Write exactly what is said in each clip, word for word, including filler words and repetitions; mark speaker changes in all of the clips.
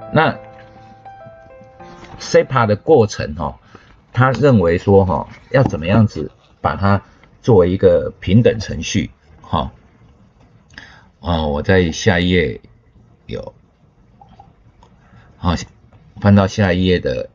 Speaker 1: 那 C E P A 的过程哈、哦，他认为说哈、哦，要怎么样子把它作为一个平等程序哈。哦，我在下一页有，好，翻到下一页的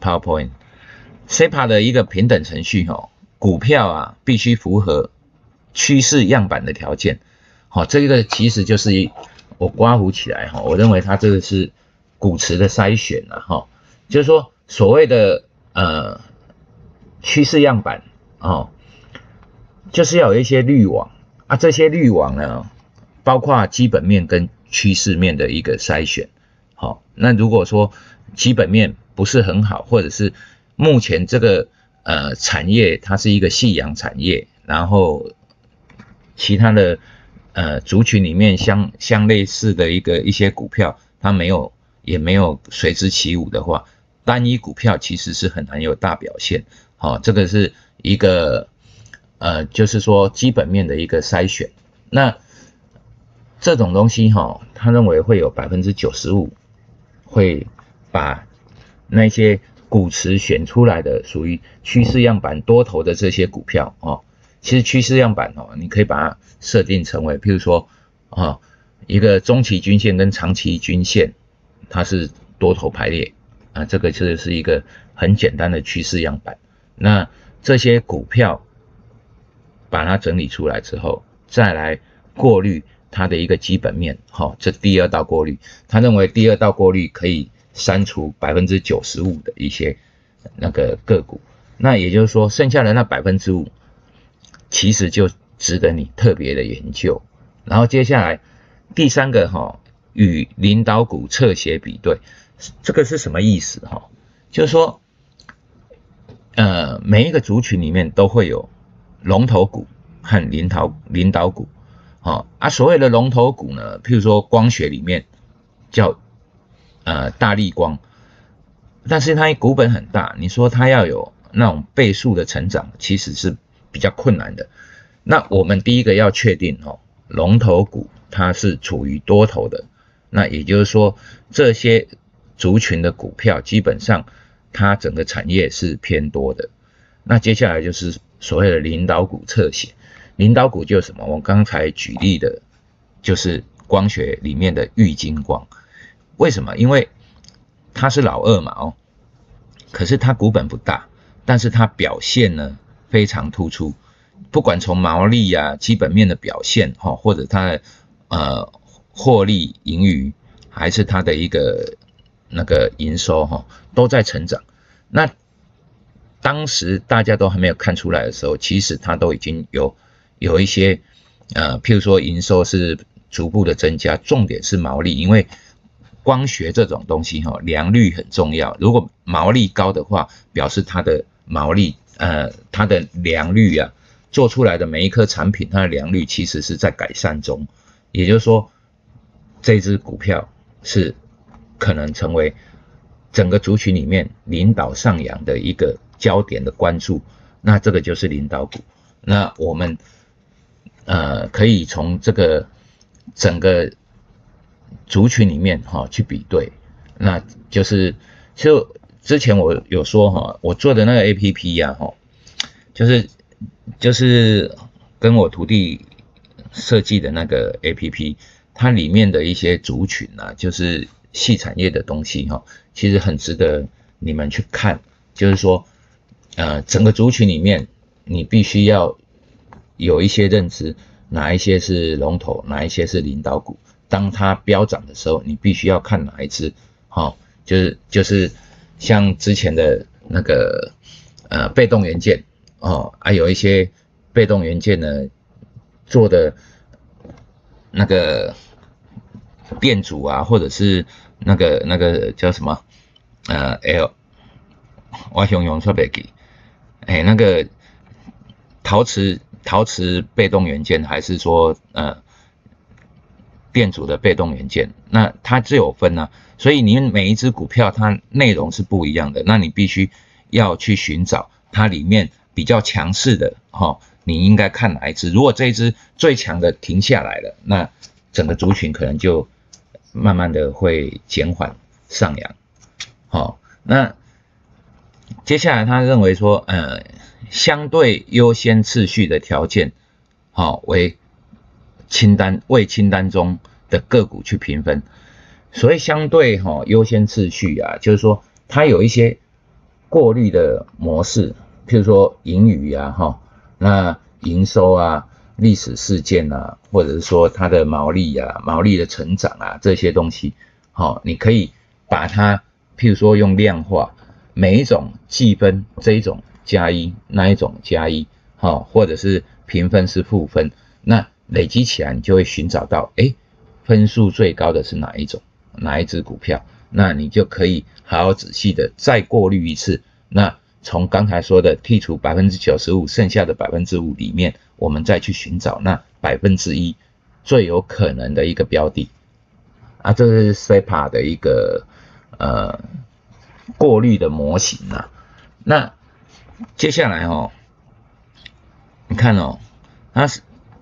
Speaker 1: PowerPoint。C E P A 的一个平等程序哈，股票啊必须符合趋势样板的条件。好，这个其实就是我刮胡起来哈，我认为它这个是股池的筛选了哈，就是说所谓的呃趋势样板哦，就是要有一些滤网啊，这些滤网呢，包括基本面跟趋势面的一个筛选。好，那如果说基本面不是很好，或者是目前这个呃产业它是一个夕阳产业，然后其他的呃族群里面相相类似的一个一些股票，它没有也没有随之起舞的话，单一股票其实是很难有大表现。好、哦，这个是一个呃就是说基本面的一个筛选。那这种东西哈、哦，他认为会有 百分之九十五 会把那些股池选出来的属于趋势样板多头的这些股票哦。其实趋势样板哦，你可以把它设定成为，譬如说啊，一个中期均线跟长期均线，它是多头排列啊，这个就是一个很简单的趋势样板。那这些股票把它整理出来之后，再来过滤它的一个基本面，好、哦，这第二道过滤，他认为第二道过滤可以删除 百分之九十五 的一些那个个股，那也就是说剩下的那 百分之五 其实就值得你特别的研究。然后接下来第三个哈、哦，与领导股侧写比对，这个是什么意思哈、哦？就是说，呃，每一个族群里面都会有龙头股和领导领导股。哦、啊，所谓的龙头股呢，譬如说光学里面叫呃大立光，但是它股本很大，你说它要有那种倍数的成长，其实是比较困难的。那我们第一个要确定哦，龙头股它是处于多头的，那也就是说这些族群的股票基本上它整个产业是偏多的。那接下来就是所谓的领导股侧写。领导股就是什么？我刚才举例的，就是光学里面的玉晶光。为什么？因为它是老二嘛，哦，可是它股本不大，但是它表现呢非常突出。不管从毛利啊、基本面的表现，哈，或者它的呃获利盈余，还是它的一个那个营收，哈，都在成长。那当时大家都还没有看出来的时候，其实它都已经有。有一些呃，譬如说营收是逐步的增加，重点是毛利，因为光学这种东西哈、哦，良率很重要。如果毛利高的话，表示它的毛利呃，它的良率啊，做出来的每一颗产品，它的良率其实是在改善中。也就是说，这支股票是可能成为整个族群里面领导上扬的一个焦点的关注。那这个就是领导股。那我们呃，可以从这个整个族群里面哈、哦、去比对，那就是就之前我有说哈、哦，我做的那个 A P P 呀、啊、哈、哦，就是就是跟我徒弟设计的那个 A P P， 它里面的一些族群啊，就是细产业的东西哈、哦，其实很值得你们去看。就是说，呃，整个族群里面，你必须要有一些认知，哪一些是龙头，哪一些是领导股。当它飙涨的时候，你必须要看哪一支，哦，就是就是像之前的那个呃被动元件哦，还、啊、有一些被动元件呢做的那个电阻啊，或者是那个那个叫什么呃 L， 我形容出不记，哎那个陶瓷。陶瓷被动元件还是说呃电阻的被动元件，那它就有分啊，所以你每一只股票它内容是不一样的，那你必须要去寻找它里面比较强势的齁，你应该看哪一只。如果这一只最强的停下来了，那整个族群可能就慢慢的会减缓上扬。好、哦，那接下来他认为说，呃，相对优先次序的条件，好、哦、为清单为清单中的个股去评分。所谓相对哈、哦、优先次序啊，就是说它有一些过滤的模式，譬如说盈余啊哈、哦，那营收啊、历史事件啊，或者是说它的毛利啊、毛利的成长啊这些东西，好、哦，你可以把它譬如说用量化，每一种计分这一种加一，那一种加一，好、哦，或者是评分是负分，那累积起来你就会寻找到，诶，分数最高的是哪一种？哪一只股票，那你就可以好好仔细的再过滤一次。那从刚才说的剔除 百分之九十五， 剩下的 百分之五 里面，我们再去寻找那 百分之一 最有可能的一个标的。啊，这是 S E P A 的一个呃过滤的模型啊。那接下来哦，你看哦，它 S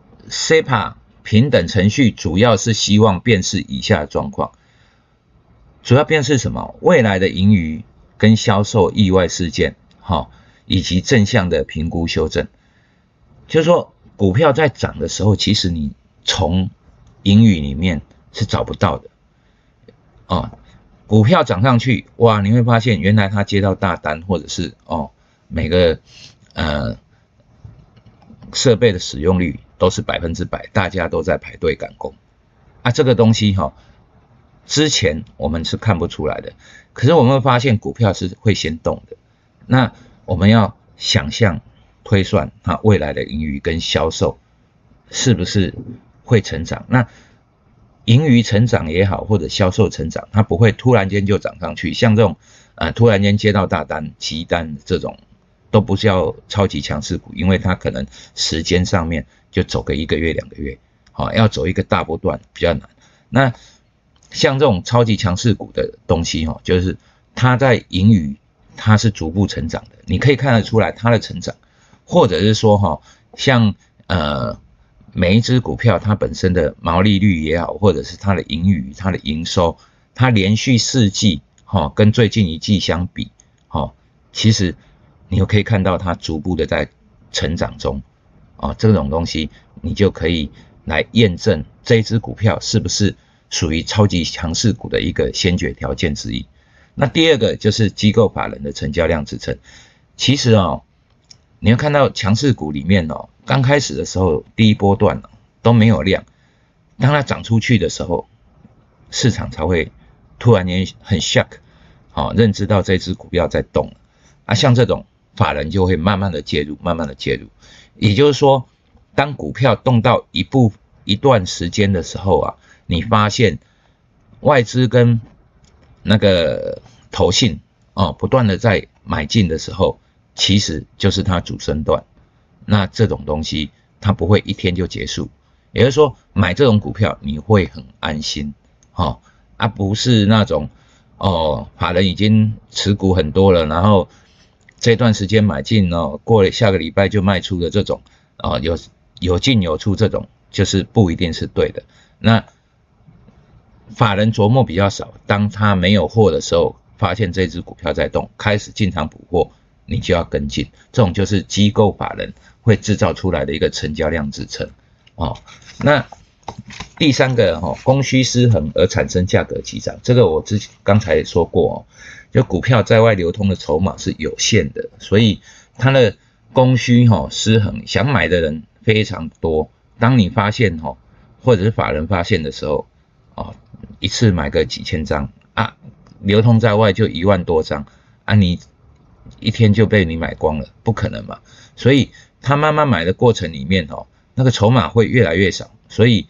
Speaker 1: E P A 平等程序主要是希望辨识以下的状况。主要辨识什么？未来的盈余跟销售意外事件，好，以及正向的评估修正。就是说，股票在涨的时候，其实你从盈余里面是找不到的。哦，股票涨上去，哇，你会发现原来它接到大单，或者是哦，每个呃设备的使用率都是百分之百，大家都在排队赶工啊，这个东西哈、哦。之前我们是看不出来的，可是我们会发现股票是会先动的。那我们要想象推算它未来的盈余跟销售是不是会成长。那盈余成长也好，或者销售成长，它不会突然间就涨上去。像这种呃突然间接到大单、急单这种，都不叫超级强势股，因为它可能时间上面就走个一个月、两个月，好、哦，要走一个大波段比较难。那像这种超级强势股的东西哦，就是它在盈余它是逐步成长的，你可以看得出来它的成长，或者是说哈，像呃每一只股票它本身的毛利率也好，或者是它的盈余、它的营收，它连续四季哈跟最近一季相比，哈，其实你又可以看到它逐步的在成长中，啊，这种东西你就可以来验证这一只股票是不是属于超级强势股的一个先决条件之一。那第二个就是机构法人的成交量支撑。其实哦，你要看到强势股里面哦，刚开始的时候第一波段哦都没有量，当它涨出去的时候，市场才会突然间很 shock， 好、哦，认知到这只股票在动啊。像这种法人就会慢慢的介入，慢慢的介入。也就是说，当股票动到一部一段时间的时候啊，你发现外资跟那个投信哦不断的在买进的时候，其实就是它主升段。那这种东西它不会一天就结束，也就是说买这种股票你会很安心，哦，啊不是那种哦法人已经持股很多了，然后这段时间买进哦，过了下个礼拜就卖出的这种哦，有有进有出，这种就是不一定是对的。那法人琢磨比较少，当他没有货的时候，发现这只股票在动，开始进场补货，你就要跟进。这种就是机构法人会制造出来的一个成交量支撑。哦，那第三个哦，供需失衡而产生价格急涨，这个我之前刚才说过哦，就股票在外流通的筹码是有限的，所以它的供需哈、哦、失衡，想买的人非常多。当你发现哈、哦，或者是法人发现的时候，哦，一次买个几千张啊，流通在外就一万多张啊，你一天就被你买光了，不可能嘛。所以他慢慢买的过程里面哦，那个筹码会越来越少，所以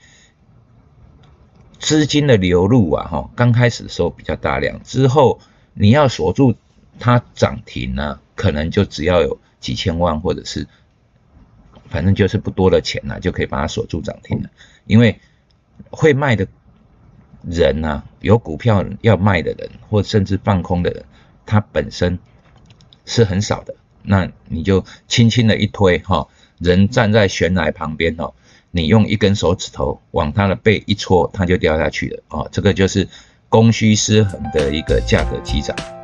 Speaker 1: 资金的流入啊，哈，刚开始的时候比较大量，之后你要锁住它涨停呢，可能就只要有几千万，或者是反正就是不多的钱呢，就可以把它锁住涨停了。因为会卖的人啊，有股票要卖的人，或甚至放空的人，他本身是很少的。那你就轻轻的一推哈，人站在悬崖旁边哦，你用一根手指头往他的背一戳，他就掉下去了哦。这个就是供需失衡的一个价格激涨。